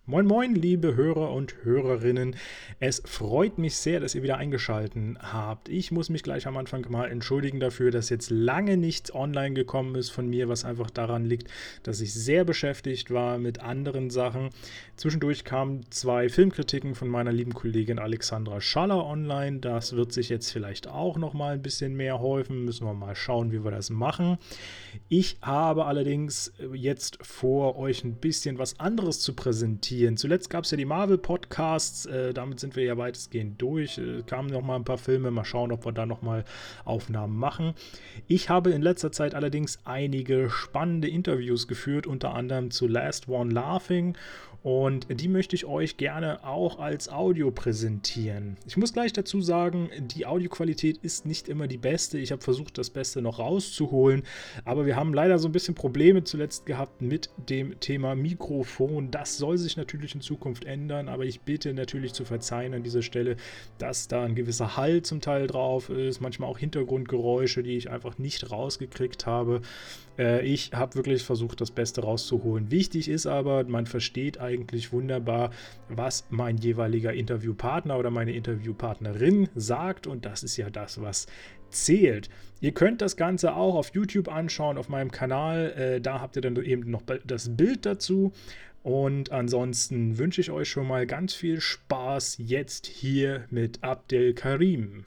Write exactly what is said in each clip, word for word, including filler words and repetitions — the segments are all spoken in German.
Moin moin, liebe Hörer und Hörerinnen. Es freut mich sehr, dass ihr wieder eingeschaltet habt. Ich muss mich gleich am Anfang mal entschuldigen dafür, dass jetzt lange nichts online gekommen ist von mir, was einfach daran liegt, dass ich sehr beschäftigt war mit anderen Sachen. Zwischendurch kamen zwei Filmkritiken von meiner lieben Kollegin Alexandra Schaller online. Das wird sich jetzt vielleicht auch noch mal ein bisschen mehr häufen. Müssen wir mal schauen, wie wir das machen. Ich habe allerdings jetzt vor, euch ein bisschen was anderes zu präsentieren. Zuletzt gab es ja die Marvel-Podcasts, äh, damit sind wir ja weitestgehend durch. Äh, kamen noch mal ein paar Filme, mal schauen, ob wir da noch mal Aufnahmen machen. Ich habe in letzter Zeit allerdings einige spannende Interviews geführt, unter anderem zu Last One Laughing. Und die möchte ich euch gerne auch als Audio präsentieren. Ich muss gleich dazu sagen, die Audioqualität ist nicht immer die beste. Ich habe versucht, das Beste noch rauszuholen, aber wir haben leider so ein bisschen Probleme zuletzt gehabt mit dem Thema Mikrofon. Das soll sich natürlich in Zukunft ändern, aber ich bitte natürlich zu verzeihen an dieser Stelle, dass da ein gewisser Hall zum Teil drauf ist, manchmal auch Hintergrundgeräusche, die ich einfach nicht rausgekriegt habe. Äh, ich habe wirklich versucht, das Beste rauszuholen. Wichtig ist aber, man versteht eigentlich wunderbar, was mein jeweiliger Interviewpartner oder meine Interviewpartnerin sagt, und das ist ja das, was zählt. Ihr könnt das Ganze auch auf YouTube anschauen, auf meinem Kanal. Äh, da habt ihr dann eben noch das Bild dazu. Und ansonsten wünsche ich euch schon mal ganz viel Spaß jetzt hier mit Abdel Karim.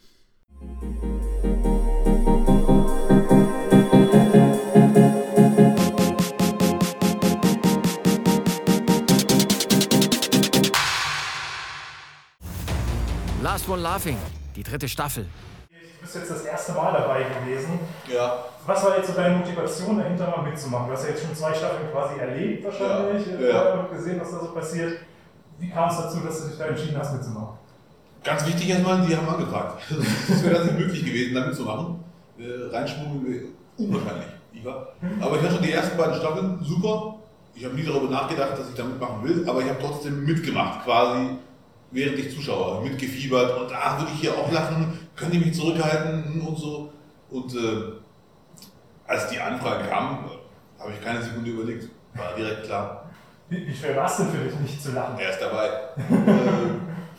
Last One Laughing, die dritte Staffel. Du bist jetzt das erste Mal dabei gewesen. Ja. Was war jetzt so deine Motivation dahinter, mal mitzumachen? Du hast ja jetzt schon zwei Staffeln quasi erlebt wahrscheinlich, ja. Ja. und gesehen, was da so passiert. Wie kam es dazu, dass du dich da entschieden hast, mitzumachen? Ganz wichtig erstmal, die haben angefragt. Es wäre das nicht möglich gewesen, da mitzumachen. Äh, reinschmuggeln wäre unwahrscheinlich. Aber ich hatte schon die ersten beiden Staffeln super. Ich habe nie darüber nachgedacht, dass ich da mitmachen will, aber ich habe trotzdem mitgemacht, quasi während ich Zuschauer, mitgefiebert und ah, würde ich hier auch lachen, können die mich zurückhalten und so. Und äh, als die Anfrage kam, habe ich keine Sekunde überlegt, war direkt klar. Wie, wie schwer war es denn für dich, nicht zu lachen? Er ist dabei. äh,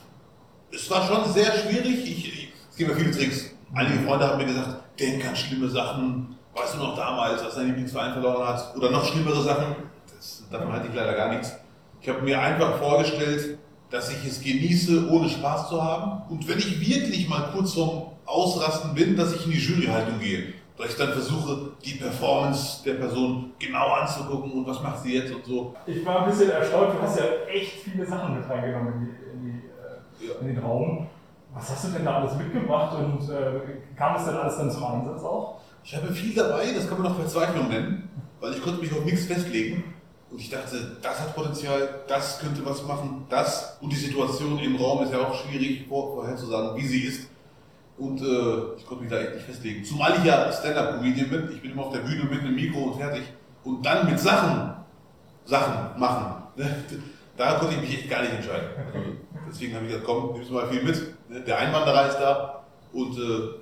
es war schon sehr schwierig, ich, ich, es gibt ja viele Tricks. Einige Freunde haben mir gesagt, denk an schlimme Sachen, weißt du noch damals, als dein Lieblingsverein verloren hat, oder noch schlimmere Sachen. Das, davon halte ich leider gar nichts. Ich habe mir einfach vorgestellt, dass ich es genieße, ohne Spaß zu haben. Und wenn ich wirklich mal kurz vorm Ausrasten bin, dass ich in die Juryhaltung gehe. Dass ich dann versuche, die Performance der Person genau anzugucken und was macht sie jetzt und so. Ich war ein bisschen erstaunt, du hast ja echt viele Sachen mit reingenommen in, die, in, die, äh, ja. in den Raum. Was hast du denn da alles mitgebracht und äh, kam das denn alles dann zum Einsatz auch? Ich habe viel dabei, das kann man noch Verzweiflung nennen, weil ich konnte mich auf nichts festlegen. Und ich dachte, das hat Potenzial, das könnte was machen, das. Und die Situation im Raum ist ja auch schwierig vorherzusagen, wie sie ist. Und äh, ich konnte mich da echt nicht festlegen. Zumal ich ja Stand-Up-Comedian bin, ich bin immer auf der Bühne mit einem Mikro und fertig. Und dann mit Sachen, Sachen machen. Da konnte ich mich echt gar nicht entscheiden. Also deswegen habe ich gesagt, komm, nimmst du mal viel mit. Der Einwanderer ist da. Und äh,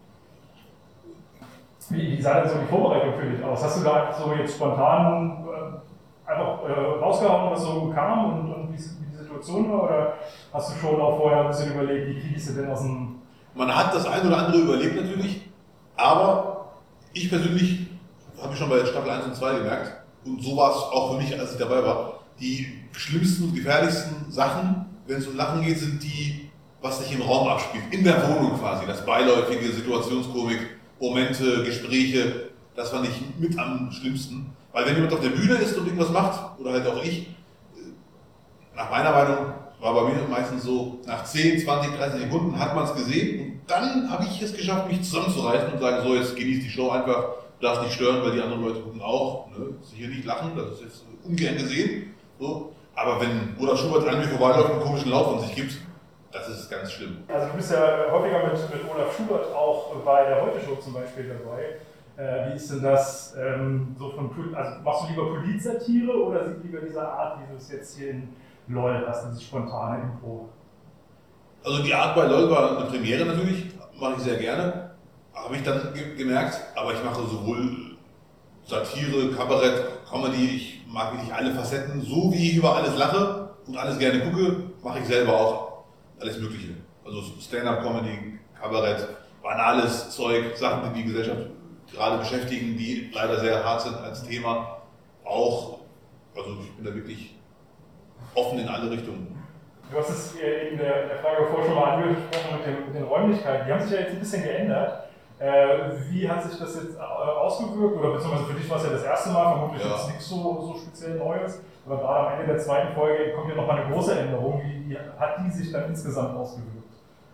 wie, wie sah denn so die Vorbereitung für dich aus? Hast du da so jetzt spontan äh, einfach äh, rausgehauen, was so kam und, und wie, wie die Situation war? Oder hast du schon auch vorher ein bisschen überlegt, wie kriegst du denn aus dem... Man hat das ein oder andere überlebt natürlich, aber ich persönlich habe ich schon bei Staffel eins und zwei gemerkt, und so war es auch für mich, als ich dabei war, die schlimmsten und gefährlichsten Sachen, wenn es um Lachen geht, sind die, was sich im Raum abspielt, in der Wohnung quasi, das beiläufige, Situationskomik, Momente, Gespräche, das fand ich mit am schlimmsten. Weil wenn jemand auf der Bühne ist und irgendwas macht, oder halt auch ich, nach meiner Meinung war bei mir meistens so, nach zehn, zwanzig, dreißig Sekunden hat man es gesehen und dann habe ich es geschafft, mich zusammenzureißen und sagen, so jetzt genieß die Show einfach, du darfst nicht stören, weil die anderen Leute gucken auch, ne? Hier nicht lachen, das ist jetzt ungern gesehen. So. Aber wenn Olaf Schubert an mir vorbeiläuft und einen komischen Lauf von sich gibt, das ist ganz schlimm. Also du bist ja häufiger mit, mit Olaf Schubert auch bei der Heute-Show zum Beispiel dabei. Äh, wie ist denn das ähm, so von, also machst du lieber Politsatire oder lieber diese Art, wie du es jetzt hier in LOL hast, dieses spontane Impro? Also die Art bei LOL war eine Premiere natürlich, mache ich sehr gerne, habe ich dann ge- gemerkt, aber ich mache sowohl Satire, Kabarett, Comedy, ich mag wirklich alle Facetten, so wie ich über alles lache und alles gerne gucke, mache ich selber auch alles Mögliche. Also Stand-up-Comedy, Kabarett, banales Zeug, Sachen, die die Gesellschaft gerade beschäftigen, die leider sehr hart sind als Thema. Auch, also ich bin da wirklich offen in alle Richtungen. Du hast es in der, der Frage vorher schon mal angesprochen mit, dem, mit den Räumlichkeiten. Die haben sich ja jetzt ein bisschen geändert. Äh, wie hat sich das jetzt ausgewirkt? Oder beziehungsweise für dich war es ja das erste Mal, vermutlich ja. Jetzt nichts so, so speziell Neues. Aber gerade am Ende der zweiten Folge kommt ja nochmal eine große Änderung. Wie, wie hat die sich dann insgesamt ausgewirkt?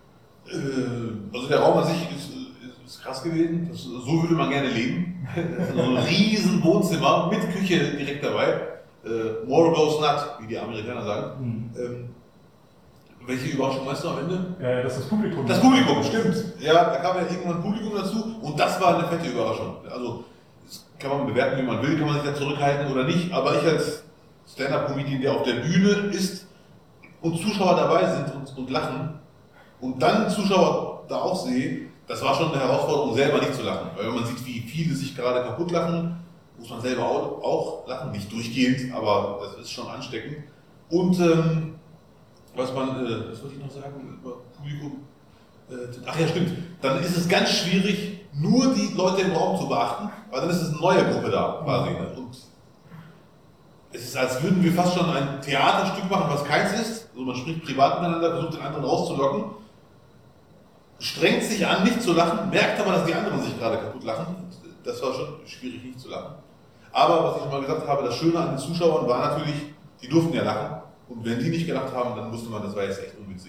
Äh, also der Raum an sich ist, ist, ist krass gewesen. Das, so würde man gerne leben. So ein riesen Wohnzimmer mit Küche direkt dabei. Äh, more goes not, wie die Amerikaner sagen. Mhm. Ähm, Welche Überraschung meinst du am Ende? Ja, das ist das Publikum. Das Publikum, stimmt. Ja, da kam ja irgendwann ein Publikum dazu und das war eine fette Überraschung. Also, das kann man bewerten, wie man will, kann man sich da zurückhalten oder nicht, aber ich als Stand-Up-Comedian, der auf der Bühne ist und Zuschauer dabei sind und, und lachen und dann Zuschauer da auch sehe, das war schon eine Herausforderung, selber nicht zu lachen. Weil wenn man sieht, wie viele sich gerade kaputt lachen, muss man selber auch, auch lachen. Nicht durchgehend, aber das ist schon ansteckend. Und ähm, was man, äh, was wollte ich noch sagen über Publikum? Äh, ach ja, stimmt. Dann ist es ganz schwierig, nur die Leute im Raum zu beachten, weil dann ist es eine neue Gruppe da quasi. Ne? Und es ist, als würden wir fast schon ein Theaterstück machen, was keins ist. Also man spricht privat miteinander, versucht den anderen rauszulocken, strengt sich an, nicht zu lachen, merkt aber, dass die anderen sich gerade kaputt lachen. Das war schon schwierig, nicht zu lachen. Aber was ich schon mal gesagt habe, das Schöne an den Zuschauern war natürlich, die durften ja lachen. Und wenn die nicht gelacht haben, dann wusste man, das war jetzt echt unwitzig.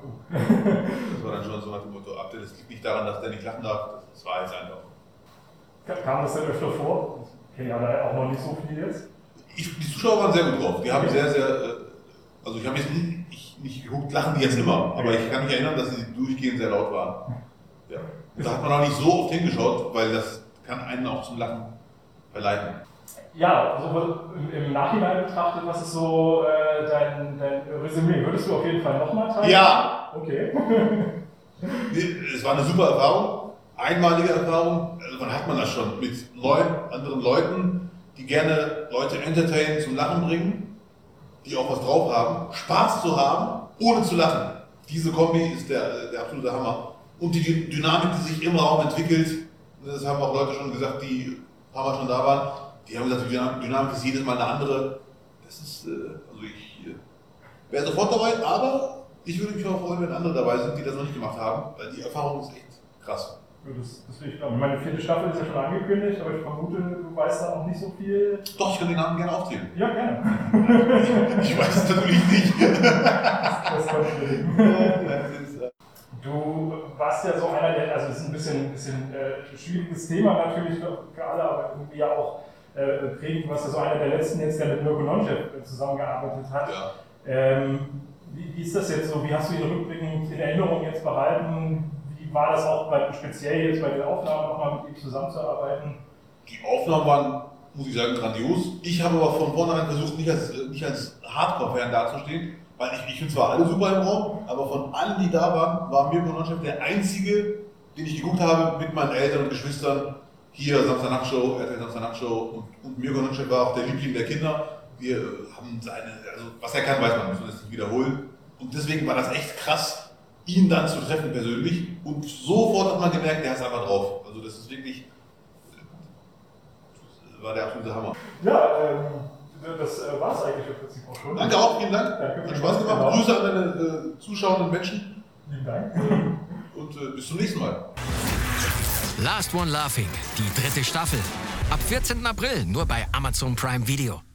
Das war dann schon so nach dem Motto, ab, das liegt nicht daran, dass der nicht lachen darf, das war jetzt einfach. Kam das denn öfter vor? Ich kenne ja da auch noch nicht so viel jetzt. Ich, die Zuschauer waren sehr gut drauf. Die haben okay. sehr, sehr, also ich habe jetzt nicht, nicht geguckt, lachen die jetzt immer, aber ich kann mich erinnern, dass sie durchgehend sehr laut waren. Ja. Da hat man auch nicht so oft hingeschaut, weil das kann einen auch zum Lachen verleiten. Ja, also im Nachhinein betrachtet, was ist so äh, dein, dein Resümee? Würdest du auf jeden Fall nochmal teilen? Ja! Okay. Es war eine super Erfahrung, einmalige Erfahrung. Also wann hat man das schon? Mit neuen, anderen Leuten, die gerne Leute entertainen, zum Lachen bringen, die auch was drauf haben, Spaß zu haben, ohne zu lachen. Diese Kombi ist der, der absolute Hammer. Und die Dynamik, die sich im Raum entwickelt, das haben auch Leute schon gesagt, die ein paar Mal schon da waren, die haben gesagt, die Dynamik ist jedes Mal eine andere. Das ist, also ich wäre sofort dabei, aber ich würde mich auch freuen, wenn andere dabei sind, die das noch nicht gemacht haben, weil die Erfahrung ist echt krass. Ja, das, das will ich glauben. Meine vierte Staffel ist ja schon angekündigt, aber ich vermute, du weißt da auch nicht so viel. Doch, ich kann den Namen gerne aufzählen. Ja, gerne. Ich weiß es natürlich nicht. Das kann ich Du warst ja so einer, der, also es ist ein bisschen, ein bisschen äh, schwieriges Thema natürlich für alle, aber irgendwie ja auch äh, prägend. Du warst ja so einer der letzten jetzt, der mit Mirko Nonchev zusammengearbeitet hat. Ja. Ähm, wie, wie ist das jetzt so? Wie hast du ihn rückblickend in Erinnerung jetzt behalten? Wie war das auch bei, speziell jetzt bei den Aufnahmen nochmal mit ihm zusammenzuarbeiten? Die Aufnahmen waren, muss ich sagen, grandios. Ich habe aber von vornherein versucht, nicht als, nicht als Hardcore-Fan dazustehen. Weil ich, ich finde zwar alle super im Raum, aber von allen, die da waren, war Mirko Nonchev der einzige, den ich geguckt habe mit meinen Eltern und Geschwistern. Hier Samstagnacht-Show, R T L Samstagnacht-Show und, und Mirko Nonchev war auch der Liebling der Kinder. Wir haben seine, also was er kann, weiß man, muss man das nicht wiederholen. Und deswegen war das echt krass, ihn dann zu treffen persönlich. Und sofort hat man gemerkt, der ist einfach drauf. Also das ist wirklich, das war der absolute Hammer. Ja, ähm. Das äh, war es eigentlich im Prinzip auch schon. Danke auch, vielen Dank. Danke, hat Spaß gemacht. Genau. Grüße an deine äh, zuschauenden Menschen. Vielen Dank. Und äh, bis zum nächsten Mal. Last One Laughing, die dritte Staffel. Ab vierzehnten April nur bei Amazon Prime Video.